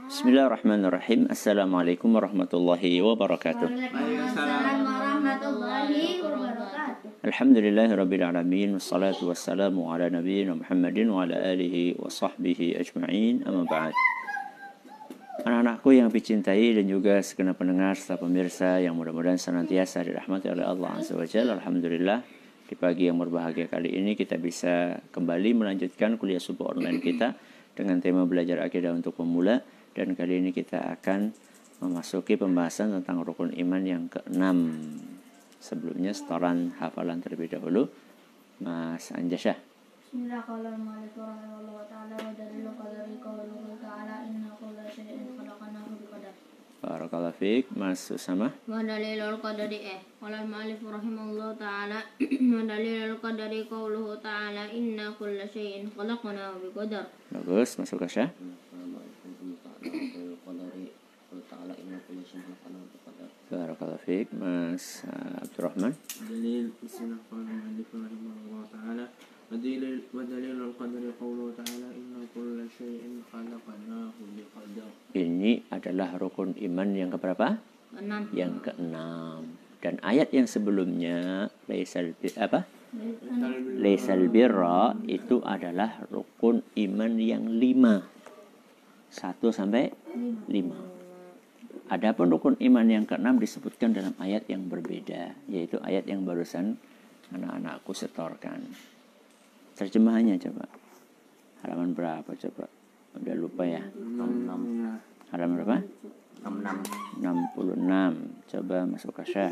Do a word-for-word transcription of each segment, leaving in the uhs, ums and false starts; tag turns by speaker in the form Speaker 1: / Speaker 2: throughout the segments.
Speaker 1: Bismillahirrahmanirrahim. Assalamualaikum warahmatullahi wabarakatuh.
Speaker 2: Waalaikumsalam warahmatullahi wabarakatuh.
Speaker 1: Alhamdulillahirabbil alamin wassalatu wassalamu ala nabiyyina Muhammadin wa ala alihi wa sahbihi ajma'in. Amma ba'd. Anak-anakku yang dicintai dan juga segenap pendengar serta pemirsa yang mudah-mudahan senantiasa dirahmati oleh Allah Azza wa Jalla. Alhamdulillah, di pagi yang berbahagia kali ini kita bisa kembali melanjutkan kuliah subuh online kita dengan tema belajar akidah untuk pemula, dan kali ini kita akan memasuki pembahasan tentang rukun iman yang keenam. Sebelumnya setoran hafalan terlebih dahulu, Mas Anjasyah.
Speaker 2: Bismillahirrahmanirrahim. Wa dalilu qadari qawluhu ta'ala inna kulla syai'in khalaqnahu biqadar.
Speaker 1: Barakallahu fiik. Mas Usama.
Speaker 3: Wa dalilul qadari eh qala al-mu'allif rahimahullah ta'ala wa dalilul qadari qawluhu ta'ala inna kulla syai'in khalaqnahu biqadar.
Speaker 1: Bagus, masuk Asya. Barakallahu fiik. Mas uh, Abdurrahman.
Speaker 4: Dalil bismillahirrahmanirrahim ta'ala wa dalilul qadari qawluhu ta'ala inna kulla syai'in khalaqnahu biqadar.
Speaker 1: Ini adalah rukun iman yang keberapa?
Speaker 3: Enam.
Speaker 1: Yang keenam. Dan ayat yang sebelumnya laisal bi- apa? Laisal birra itu adalah rukun iman yang lima. Satu sampai lima. Adapun rukun iman yang keenam disebutkan dalam ayat yang berbeda, yaitu ayat yang barusan anak-anakku setorkan. Terjemahannya coba. Halaman berapa coba? Udah lupa ya. Halaman berapa? enam puluh enam. Coba masuk Asya.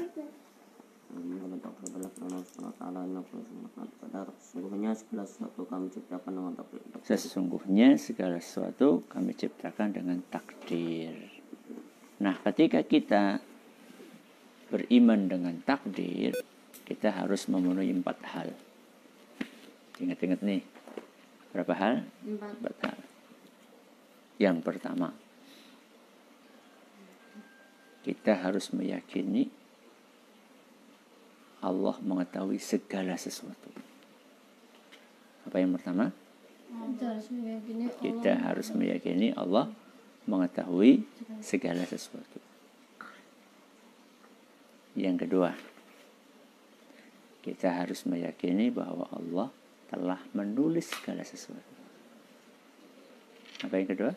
Speaker 5: Sesungguhnya segala sesuatu kami ciptakan dengan takdir.
Speaker 1: Sesungguhnya segala sesuatu kami ciptakan dengan takdir. Nah, ketika kita beriman dengan takdir, kita harus memenuhi empat hal. Ingat-ingat nih, berapa hal?
Speaker 3: Empat.
Speaker 1: Empat hal. Yang pertama, kita harus meyakini Allah mengetahui segala sesuatu. Apa yang pertama?
Speaker 2: Kita harus meyakini Allah.
Speaker 1: Kita harus meyakini Allah mengetahui segala sesuatu. Yang kedua, kita harus meyakini bahwa Allah telah menulis segala sesuatu. Apa yang kedua?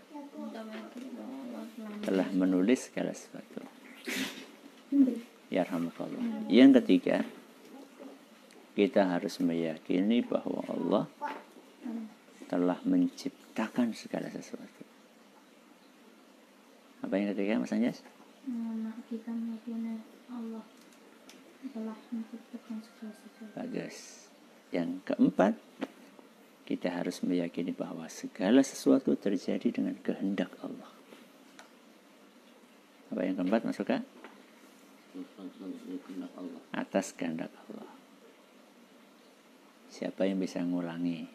Speaker 1: Telah menulis segala sesuatu. Yarhamukallah. Yang ketiga, kita harus meyakini bahwa Allah telah menciptakan segala sesuatu. Apa yang ketiga, Mas Anjas?
Speaker 2: Nah, kita meyakini Allah telah menciptakan segala sesuatu.
Speaker 1: Bagus. Yang keempat, kita harus meyakini bahwa segala sesuatu terjadi dengan kehendak Allah. Apa yang keempat, masuk Kak? Atas kehendak Allah. Siapa yang bisa ngulangi?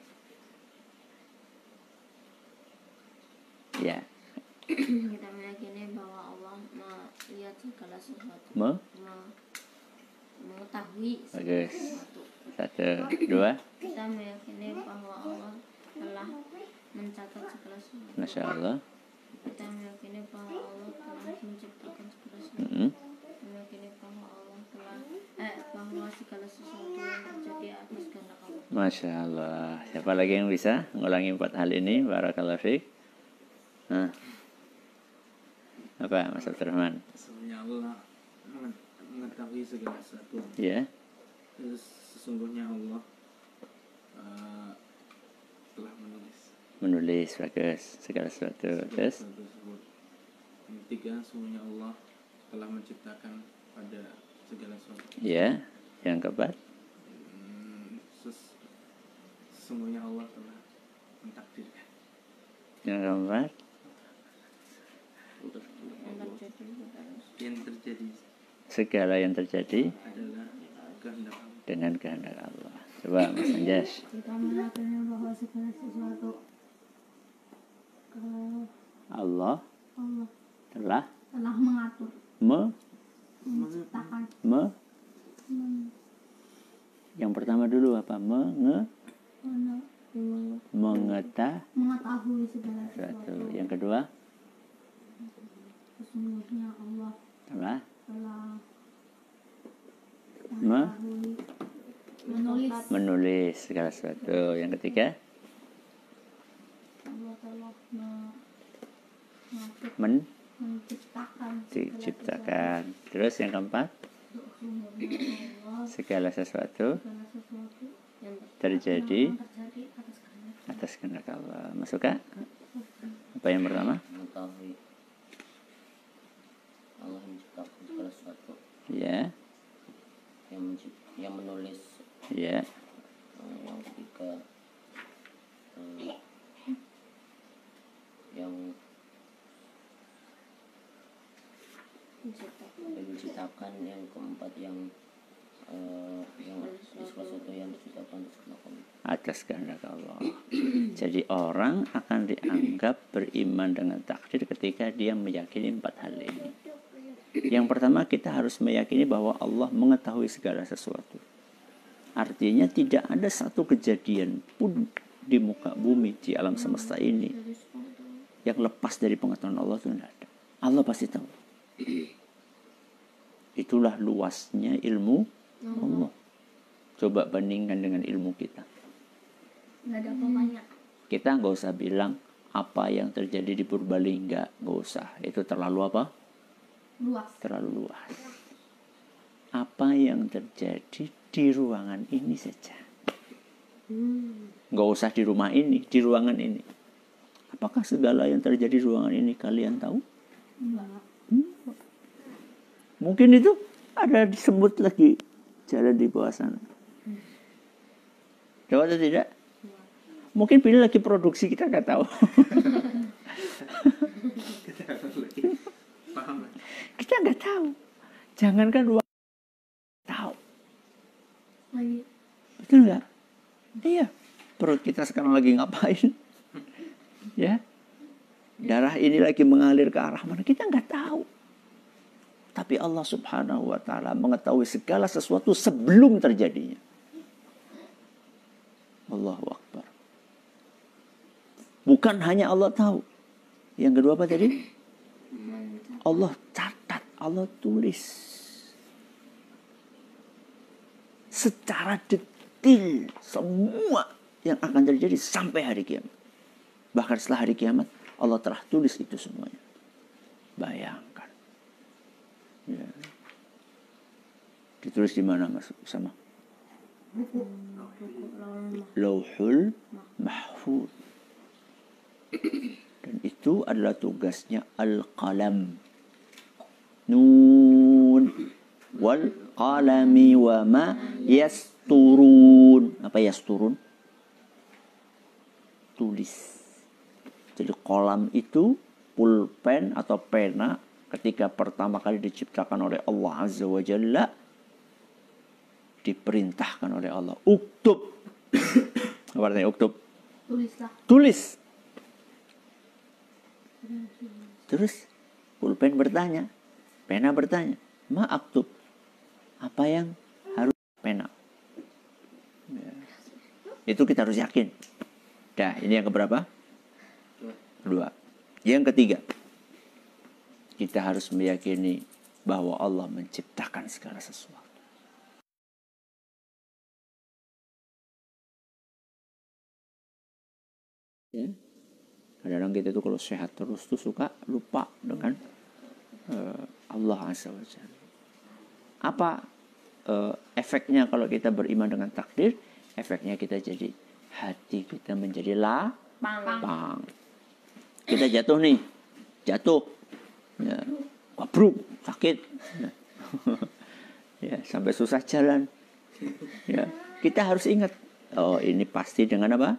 Speaker 1: Ya.
Speaker 3: Kita meyakini bahwa Allah melihat segala sesuatu.
Speaker 1: Me?
Speaker 3: Me- mengetahui segala
Speaker 1: Bagus.
Speaker 3: sesuatu.
Speaker 1: Satu, dua.
Speaker 3: Kita meyakini bahwa Allah telah mencatat segala sesuatu.
Speaker 1: Masya Allah.
Speaker 3: Kita meyakini bahwa Allah telah menciptakan segala sesuatu.
Speaker 1: Mm-hmm.
Speaker 3: Meyakini bahwa Allah telah eh bahwa segala sesuatu yang terjadi atas kehendak Allah.
Speaker 1: Masya Allah. Siapa lagi yang bisa ngulangi empat hal ini? Barakallahu fiik. Nah. Apa, Mas Abdurrahman?
Speaker 4: Sesungguhnya Allah mengetahui segala sesuatu.
Speaker 1: Ya.
Speaker 4: Terus sesungguhnya Allah uh, telah menulis
Speaker 1: Menulis, bagus. Segala sesuatu. Terus?
Speaker 4: sesuatu tersebut. Yang ketiga, sesungguhnya Allah telah menciptakan pada segala sesuatu.
Speaker 1: Ya. Yang keempat?
Speaker 4: Hmm, ses- sesungguhnya Allah telah mentakdirkan.
Speaker 1: Yang keempat?
Speaker 3: Yang terjadi pada
Speaker 4: Yang terjadi
Speaker 1: Segala yang terjadi
Speaker 4: adalah kehendak Allah.
Speaker 1: dengan kehendak Allah. Coba Mas Anjas.
Speaker 2: Kita meyakini bahwa segala sesuatu uh,
Speaker 1: Allah
Speaker 2: Allah
Speaker 1: telah
Speaker 2: telah mengatur,
Speaker 1: me,
Speaker 2: menciptakan,
Speaker 1: me
Speaker 2: men-
Speaker 1: yang pertama dulu apa? Menge,
Speaker 2: mengetahui
Speaker 1: mengeta
Speaker 2: mengetahui segala
Speaker 1: sesuatu.
Speaker 2: sesuatu.
Speaker 1: Yang kedua,
Speaker 2: sesungguhnya Allah
Speaker 1: telah
Speaker 2: telah
Speaker 1: Me-
Speaker 2: menulis
Speaker 1: menulis segala sesuatu. Yang ketiga,
Speaker 2: Allah telah me- mengatur-
Speaker 1: men
Speaker 2: menciptakan
Speaker 1: diciptakan. Terus yang keempat,
Speaker 2: sesungguhnya Allah
Speaker 1: segala sesuatu
Speaker 2: segala sesuatu
Speaker 3: yang
Speaker 1: terjadi
Speaker 2: yang terjadi atas kehendak
Speaker 1: atas kehendak Allah. Masuk Kak? Apa yang pertama?
Speaker 5: Mengetahui Allah menciptakan segala sesuatu,
Speaker 1: Ya,
Speaker 5: yang mencipt- yang menulis.
Speaker 1: ya.
Speaker 5: Eh, yang ketiga, eh, yang
Speaker 3: menciptakan
Speaker 5: yang menciptakan. Yang keempat, yang eh, yang segala sesuatu yang diciptakan atas kehendak Allah.
Speaker 1: Atas kehendak Allah. Jadi orang akan dianggap beriman dengan takdir ketika dia meyakini empat hal ini. Yang pertama, kita harus meyakini bahwa Allah mengetahui segala sesuatu. Artinya tidak ada satu kejadian pun di muka bumi, di alam semesta ini yang lepas dari pengetahuan Allah, itu tidak ada. Allah pasti tahu. Itulah luasnya ilmu Allah. Coba bandingkan dengan ilmu kita.
Speaker 2: nggak ada apa-apanya.
Speaker 1: Kita nggak usah bilang apa yang terjadi di Purbalingga, nggak usah. Itu terlalu apa?
Speaker 2: Luas.
Speaker 1: Terlalu luas. Apa yang terjadi di ruangan ini saja. Nggak usah di rumah ini, di ruangan ini. Apakah segala yang terjadi di ruangan ini kalian tahu?
Speaker 2: Enggak.
Speaker 1: Mungkin itu ada disebut lagi jalan di bawah sana. Tahu atau tidak? Mungkin pilih lagi produksi, kita nggak tahu.
Speaker 4: Paham?
Speaker 1: Kita nggak tahu. Jangankan ruang tahu.
Speaker 2: Lagi
Speaker 1: Betul nggak? Iya. Perut kita sekarang lagi ngapain? Ya. Darah ini lagi mengalir ke arah mana? Kita nggak tahu. Tapi Allah Subhanahu wa Ta'ala mengetahui segala sesuatu sebelum terjadinya. Allahu Akbar. Bukan hanya Allah tahu. Yang kedua apa tadi? Allah catat, Allah tulis. Secara detil semua yang akan terjadi sampai hari kiamat. Bahkan setelah hari kiamat, Allah telah tulis itu semuanya. Bayangkan. Ya. Ditulis di mana, Mas Sama? Lauhul Mahfuz. Dan itu adalah tugasnya Al-Qalam. Nun wal qalami wa ma yasturun. Apa yasturun? Tulis. Jadi kolam itu pulpen atau pena ketika pertama kali diciptakan oleh Allah Azza wa Jalla, diperintahkan oleh Allah, uktub. Apa artinya uktub?
Speaker 2: tulislah.
Speaker 1: Tulis. Terus pulpen bertanya, pena bertanya, ma aktub, apa yang harus pena? Ya. Itu kita harus yakin. Dah, ini yang keberapa? Dua. Yang ketiga, kita harus meyakini bahwa Allah menciptakan segala sesuatu. Ya. Kadang-kadang kita tuh kalau sehat terus tuh suka lupa dengan uh, Allah Azza wa Jalla. Apa uh, efeknya kalau kita beriman dengan takdir? Efeknya kita jadi hati kita menjadi lapang. Kita jatuh nih, jatuh, ya, kabruk, sakit, ya. Ya, sampai susah jalan. Ya, kita harus ingat, oh ini pasti dengan apa?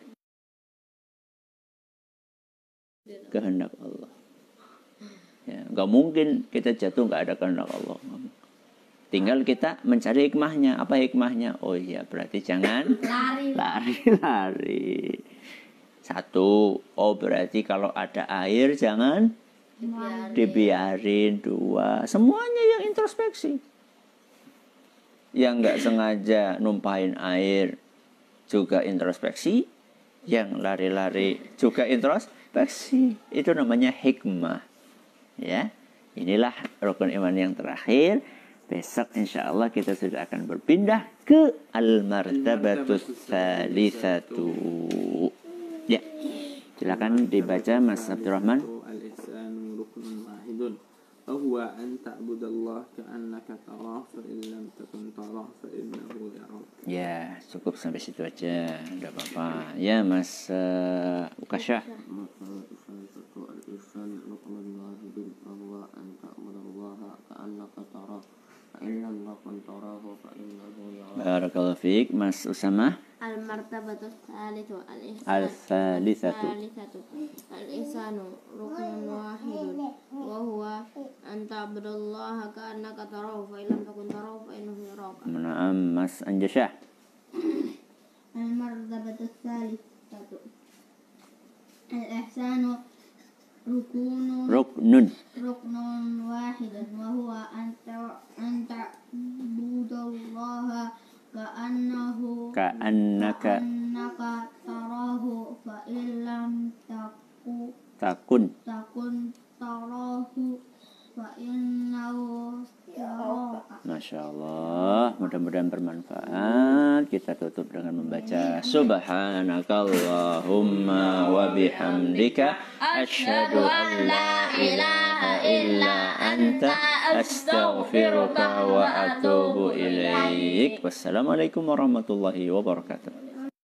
Speaker 1: Kehendak Allah. Ya, nggak mungkin kita jatuh nggak ada kehendak Allah. Tinggal kita mencari hikmahnya. Apa hikmahnya? Oh iya, berarti jangan lari-lari. Satu, oh berarti kalau ada air jangan
Speaker 3: dibiarin.
Speaker 1: dibiarin. Dua, semuanya yang introspeksi. Yang nggak sengaja numpahin air juga introspeksi. Yang lari-lari juga introspeksi. Itu namanya hikmah. Ya, Inilah rukun iman yang terakhir. Besok insya Allah kita sudah akan berpindah ke al-martabatus tsalitsatu. Ya, silakan dibaca Mas Abdurrahman.
Speaker 4: Al-ihsanu ruknun wahidun. وهو أن تعبد الله كأنك تراه فإن لم تكن تراه فإنه يراك.
Speaker 1: Ya, cukup sampai situ aja, udah apa-apa. Ya, Mas uh, Ukasha.
Speaker 5: Al-ihsan ruknun wahidun bahwa an ta'budallaha ka'annaka tarah fa in lam takun tarahu fa innahu yarak.
Speaker 1: Barakallahu fiik. Mas Usama.
Speaker 3: Al-martabatu tsalitsatu al-ihsan
Speaker 1: Al-tsalitsatu.
Speaker 3: Al-ihsanu ruknun wahidun wa huwa an ta'budallaha ka'annaka tarahu fa in lam takun tarahu fa innahu yaraka.
Speaker 1: Naam, Mas Anjasyah.
Speaker 2: Al-martabatu tsalitsatu al-ihsanu rukunun
Speaker 1: Ruknun.
Speaker 2: ruknun wahidun wa huwa anta anta budallaha ka'annahu
Speaker 1: Ka'annaka
Speaker 2: ka'annaka tarahu fa illam taku
Speaker 1: takun.
Speaker 2: takun tarahu fa innahu yaraka.
Speaker 1: Masya Allah, mudah-mudahan bermanfaat. Kita tutup dengan membaca Subhanakallahumma wa bihamdika asyhadu an la ilaha illa anta astaghfiruka wa atubu ilaik. Wassalamualaikum warahmatullahi wabarakatuh.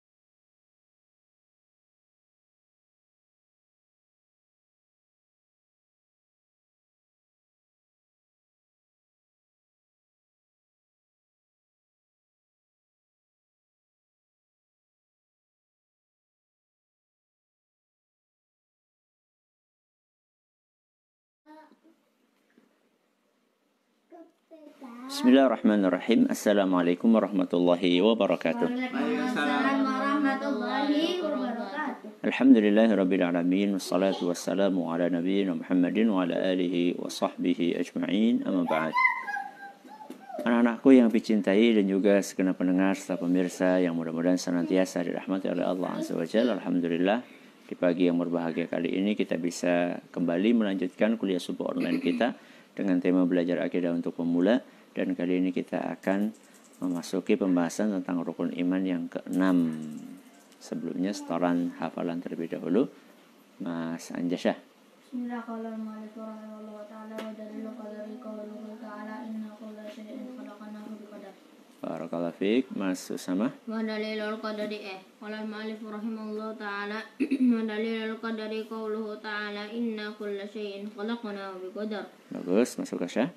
Speaker 1: Bismillahirrahmanirrahim. Assalamualaikum warahmatullahi wabarakatuh.
Speaker 2: Waalaikumsalam warahmatullahi wabarakatuh.
Speaker 1: Alhamdulillahirabbil alamin wassalatu wassalamu ala nabiyyina Muhammadin wa ala alihi wa sahbihi ajma'in. Amma ba'd. Anak-anakku yang dicintai dan juga segenap pendengar serta pemirsa yang mudah-mudahan senantiasa dirahmati oleh Allah Azza wa Jalla. Alhamdulillah, di pagi yang berbahagia kali ini kita bisa kembali melanjutkan kuliah subuh online kita dengan tema belajar akidah untuk pemula. Dan kali ini kita akan memasuki pembahasan tentang rukun iman yang keenam. Sebelumnya setoran hafalan terlebih dahulu, Mas Anjasyah.
Speaker 2: Bismillahirrahmanirrahim. Rahimahullah ta'ala wa dalilu qadari qawluhu ta'ala inna kulla syai'in khalaqnahu biqadar.
Speaker 1: Barakallahu fiik. Mas Usama.
Speaker 3: Wa dalilul qadari eh qala al-mu'allif rahimahullah ta'ala wa dalilul qadari qawluhu ta'ala inna kulla syai'in khalaqnahu biqadar.
Speaker 1: Bagus, Mas Ukasha.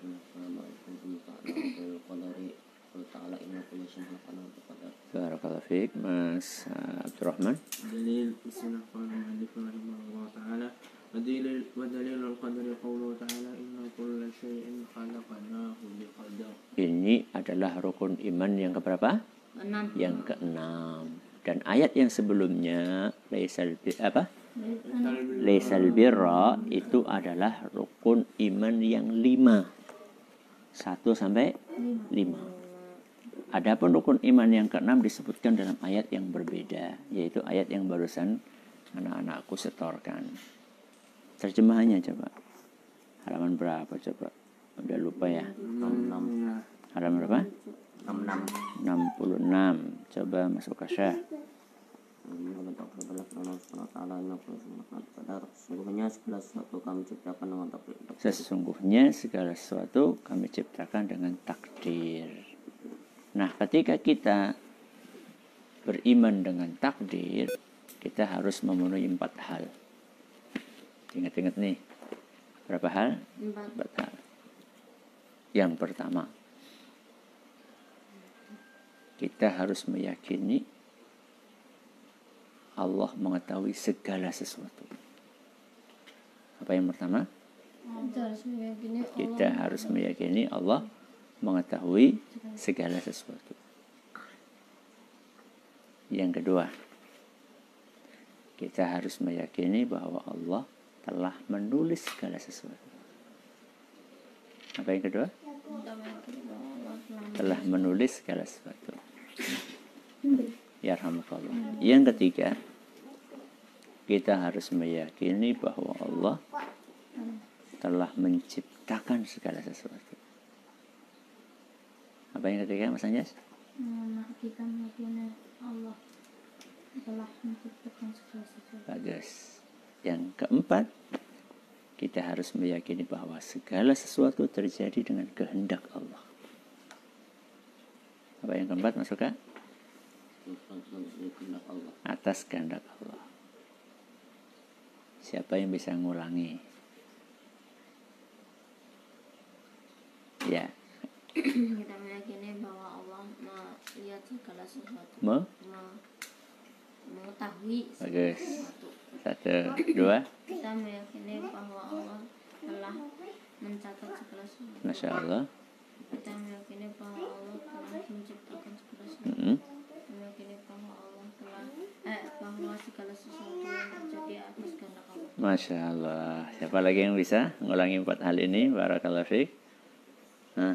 Speaker 1: Barakallahu fiik. Mas uh, Abdurrahman.
Speaker 4: Dalil bismillahirrahmanirrahim ta'ala wa dalil wa dalilul qadari qawluhu ta'ala inna kulla syai'in khalaqnahu biqadar.
Speaker 1: Ini adalah rukun iman yang keberapa?
Speaker 3: Enam.
Speaker 1: Yang keenam. Dan ayat yang sebelumnya laisal bi- apa? Laisal birra itu adalah rukun iman yang lima. Satu sampai lima. Adapun rukun iman yang keenam disebutkan dalam ayat yang berbeda, yaitu ayat yang barusan anak-anakku setorkan. Terjemahannya coba. Halaman berapa coba? Udah lupa ya. Halaman berapa? enam puluh enam. Coba masuk ke Syekh.
Speaker 5: Sesungguhnya segala sesuatu kami ciptakan dengan takdir.
Speaker 1: Sesungguhnya segala sesuatu kami ciptakan dengan takdir. Nah, ketika kita beriman dengan takdir, kita harus memenuhi empat hal. Ingat-ingat nih, berapa hal?
Speaker 3: Empat.
Speaker 1: Empat hal. Yang pertama, kita harus meyakini Allah mengetahui segala sesuatu. Apa yang pertama?
Speaker 3: Kita harus meyakini
Speaker 1: Kita harus meyakini Allah mengetahui segala sesuatu. Yang kedua, kita harus meyakini bahwa Allah telah menulis segala sesuatu. Apa yang kedua? Telah menulis segala sesuatu. Yarhamukallah. Yang ketiga, kita harus meyakini bahwa Allah telah menciptakan segala sesuatu. Apa yang ketiga, Mas Anjas?
Speaker 2: Nah, kita meyakini Allah telah menciptakan segala sesuatu.
Speaker 1: Bagus. Yang keempat, kita harus meyakini bahwa segala sesuatu terjadi dengan kehendak Allah. Apa yang keempat, Mas Suka? Atas kehendak Allah. Siapa yang bisa ngulangi? Ya.
Speaker 3: Kita meyakini bahwa Allah melihat segala sesuatu.
Speaker 1: Me?
Speaker 3: Me- mengetahui segala
Speaker 1: Bagus.
Speaker 3: sesuatu.
Speaker 1: Satu, dua.
Speaker 3: Kita meyakini bahwa Allah telah mencatat segala sesuatu.
Speaker 1: Masya Allah.
Speaker 3: Kita meyakini bahwa Allah telah menciptakan segala sesuatu.
Speaker 1: Mm-mm.
Speaker 3: Kita meyakini bahwa Allah telah eh bahwa segala sesuatu yang terjadi atas kehendak Allah.
Speaker 1: Masya Allah. Siapa lagi yang bisa ngulangi empat hal ini? Barakallahu fiik. Nah.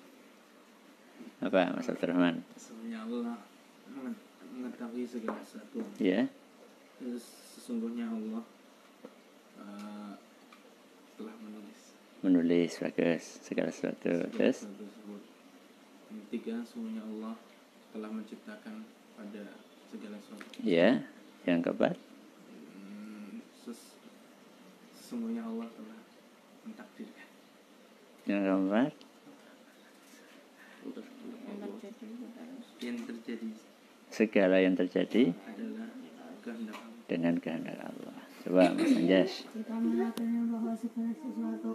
Speaker 1: Apa, Mas Abdurrahman?
Speaker 4: Sesungguhnya Allah menget- mengetahui segala sesuatu.
Speaker 1: Ya.
Speaker 4: Sesungguhnya Allah uh, telah menulis
Speaker 1: Menulis, bagus. Segala sesuatu.
Speaker 4: segala
Speaker 1: Terus?
Speaker 4: sesuatu tersebut. Yang ketiga, sesungguhnya Allah telah menciptakan pada segala sesuatu.
Speaker 1: Ya. Yang keempat?
Speaker 4: Hmm, ses- sesungguhnya Allah telah mentakdirkan.
Speaker 1: Yang keempat?
Speaker 3: Yang terjadi pada
Speaker 4: Yang terjadi
Speaker 1: Segala yang terjadi
Speaker 4: adalah kehendak Allah.
Speaker 1: dengan kehendak Allah. Coba Mas Anjas.
Speaker 2: Kita meyakini bahwa segala sesuatu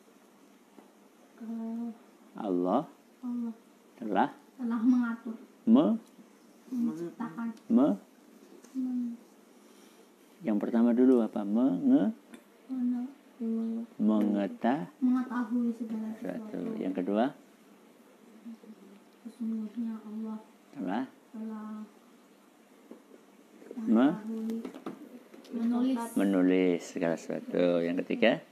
Speaker 2: kalau
Speaker 1: Allah
Speaker 2: Allah
Speaker 1: telah
Speaker 2: telah mengatur,
Speaker 1: me,
Speaker 2: menciptakan,
Speaker 1: me
Speaker 2: men-
Speaker 1: yang pertama dulu apa? Menge,
Speaker 2: men-
Speaker 1: mengeta
Speaker 2: mengetahui segala
Speaker 1: sesuatu.
Speaker 2: sesuatu.
Speaker 1: Yang kedua
Speaker 2: Sesungguhnya Allah
Speaker 1: telah
Speaker 2: telah
Speaker 1: Me-
Speaker 2: mengetahui, menulis.
Speaker 1: menulis segala sesuatu. Yang ketiga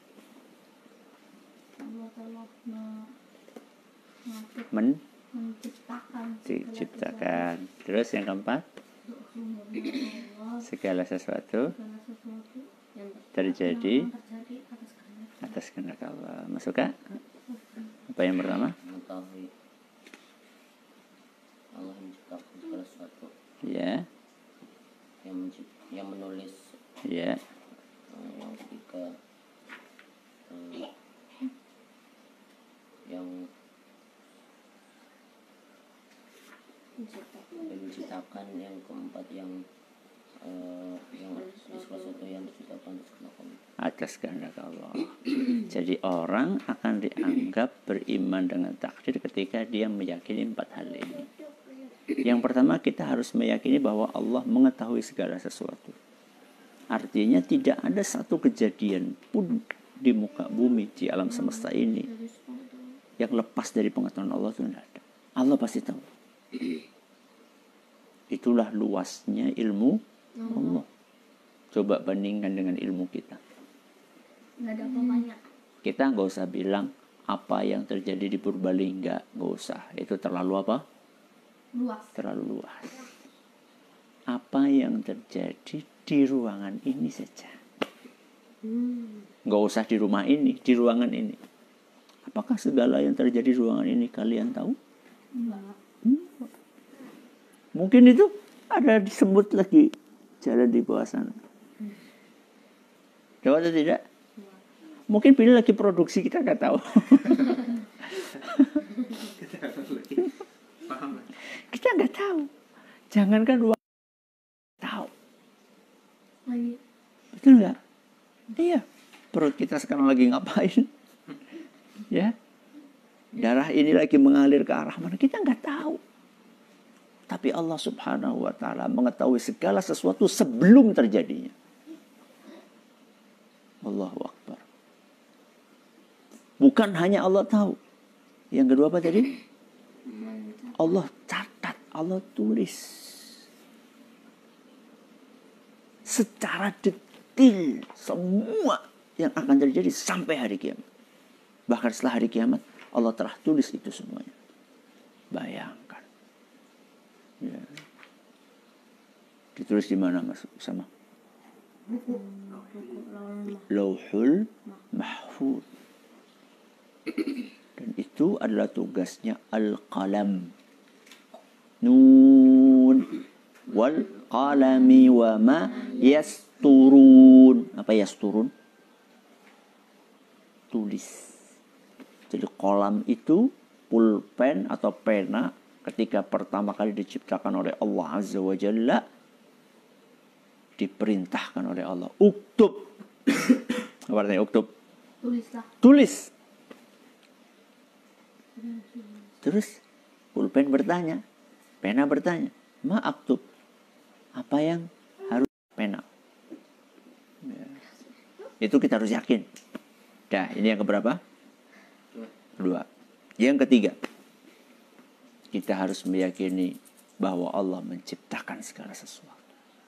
Speaker 2: Allah telah me- mengatur,
Speaker 1: men,
Speaker 2: menciptakan segala
Speaker 1: diciptakan. Terus yang keempat
Speaker 2: sesuatu. Sesungguhnya Allah
Speaker 1: segala sesuatu
Speaker 2: segala sesuatu
Speaker 3: yang
Speaker 1: terjadi
Speaker 2: yang terjadi atas kehendak.
Speaker 1: atas kehendak Allah. Masuk Kak? Apa yang pertama?
Speaker 5: Mengetahui Allah menciptakan segala sesuatu,
Speaker 1: Ya,
Speaker 5: yang mencipt, yang menulis.
Speaker 1: ya.
Speaker 5: Eh, yang ketiga, eh, yang
Speaker 3: menciptakan.
Speaker 5: yang menciptakan. Yang keempat, yang eh, yang segala sesuatu yang diciptakan atas kehendak Allah.
Speaker 1: Atas kehendak Allah. Jadi orang akan dianggap beriman dengan takdir ketika dia meyakini empat hal ini. Yang pertama, kita harus meyakini bahwa Allah mengetahui segala sesuatu. Artinya tidak ada satu kejadian pun di muka bumi, di alam semesta ini yang lepas dari pengetahuan Allah, itu tidak ada. Allah pasti tahu. Itulah luasnya ilmu Allah. Coba bandingkan dengan ilmu kita.
Speaker 2: Nggak ada apa-apanya.
Speaker 1: Kita nggak usah bilang apa yang terjadi di Purbalingga, nggak usah. Itu terlalu apa?
Speaker 2: Luas.
Speaker 1: Terlalu luas. Apa yang terjadi di ruangan ini saja. Nggak usah di rumah ini, di ruangan ini. Apakah segala yang terjadi di ruangan ini kalian tahu?
Speaker 2: Enggak.
Speaker 1: Mungkin itu ada disebut lagi jalan di bawah sana. Tahu atau tidak? Mungkin pilih lagi produksi, kita nggak tahu.
Speaker 4: Paham?
Speaker 1: Kita nggak tahu. Jangankan ruang tahu.
Speaker 2: Lagi.
Speaker 1: Betul nggak? Iya. Perut kita sekarang lagi ngapain? Ya. Darah ini lagi mengalir ke arah mana? Kita nggak tahu. Tapi Allah Subhanahu wa Ta'ala mengetahui segala sesuatu sebelum terjadinya. Allahu Akbar. Bukan hanya Allah tahu. Yang kedua apa tadi? Allah catat, Allah tulis. Secara detil semua yang akan terjadi sampai hari kiamat. Bahkan setelah hari kiamat, Allah telah tulis itu semuanya. Bayangkan. Ya. Ditulis di mana Mas Sama? Lauhul Mahfuz. itu adalah tugasnya al-qalam. Nun wal qalami wa ma yasturun. Apa yasturun? Tulis. Jadi kolam itu pulpen atau pena ketika pertama kali diciptakan oleh Allah Azza wa Jalla, diperintahkan oleh Allah, uktub. Apa artinya uktub?
Speaker 2: Tulislah.
Speaker 1: Tulis. Terus pulpen bertanya, pena bertanya, ma aktub, apa yang harus pena? Ya. Itu kita harus yakin. Dah, ini yang keberapa? Kedua. Yang ketiga, kita harus meyakini bahwa Allah menciptakan segala sesuatu.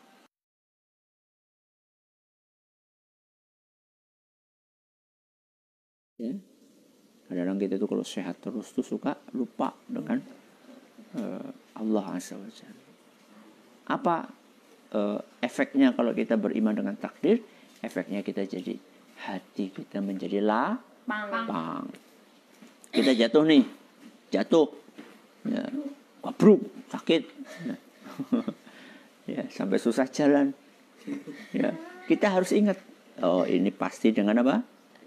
Speaker 1: Ya. Kadang-kadang kita itu kalau sehat terus tuh suka lupa dengan uh, Allah Azza wa Jalla. Apa uh, efeknya kalau kita beriman dengan takdir? Efeknya kita jadi hati kita menjadi lapang. Kita jatuh nih, jatuh, ya, wabruk, sakit, ya. Ya, sampai susah jalan. Ya, kita harus ingat, oh ini pasti dengan apa?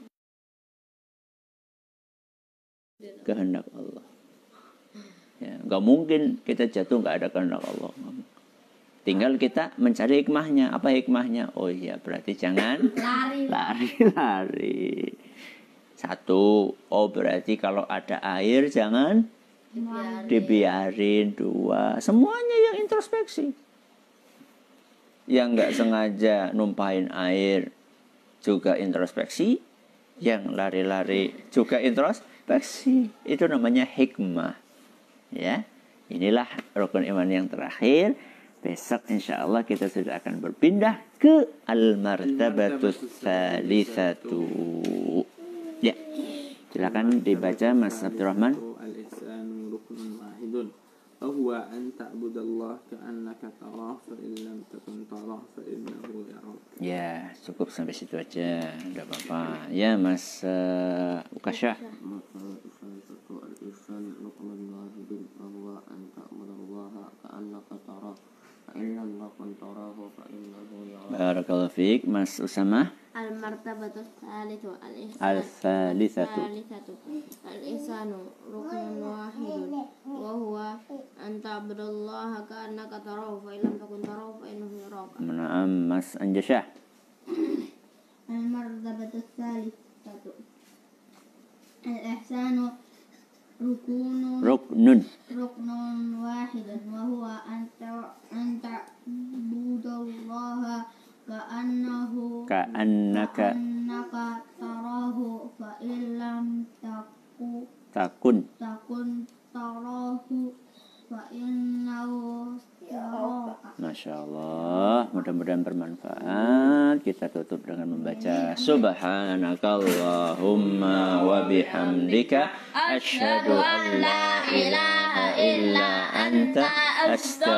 Speaker 1: Kehendak Allah. Ya, nggak mungkin kita jatuh nggak ada kehendak Allah. Tinggal kita mencari hikmahnya. Apa hikmahnya? Oh iya, berarti jangan lari-lari. Satu, oh berarti kalau ada air jangan dibiarin. dibiarin. Dua, semuanya yang introspeksi. Yang nggak sengaja numpahin air juga introspeksi. Yang lari-lari juga introspeksi. Itu namanya hikmah. Ya, inilah rukun iman yang terakhir. Besok insya Allah kita sudah akan berpindah ke al-martabatus tsalitsatu. Ya, silakan dibaca Mas Abdurrahman.
Speaker 4: Al-ihsanu ruknun wahidun. Huwa an ta'budallaha ka'annaka tarahu fa in lam takun tarahu fa innahu yarak.
Speaker 1: Ya, cukup sampai situ aja. Enggak apa-apa. Ya, Mas uh, Ukasyah.
Speaker 5: Al-ihsan ruknun wahidun. Huwa an ta'budallaha ka'annaka tarahu fa in lam takun tarahu fa innahu yarak.
Speaker 1: Barakallahu fiik. Mas Usama.
Speaker 3: Al-martabatu tsalitsatu
Speaker 1: Al-tsalitsatu.
Speaker 3: Al-ihsanu ruknun wahidun wa huwa an ta'budallaha ka'annaka tarahu fa illam takun tarahu fa innahu yaraka.
Speaker 1: Naam, Mas Anjasyah.
Speaker 2: Al-martabatu tsalitsatu. Al-ihsanu rukunun
Speaker 1: Ruknun.
Speaker 2: ruknun wahidun wa huwa an ta'budallaha ka'annahu
Speaker 1: Ka'annaka
Speaker 2: ka'annaka tarahu fa illam taku
Speaker 1: takun.
Speaker 2: takun tarahu fa innahu yaraka.
Speaker 1: Masya Allah, mudah-mudahan bermanfaat. Kita tutup dengan membaca Subhanakallahumma wa bihamdika asyhadu an la ilaha illa anta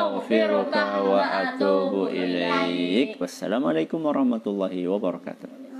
Speaker 1: astaghfiruka wa atubu ilaik. Wassalamualaikum warahmatullahi wabarakatuh.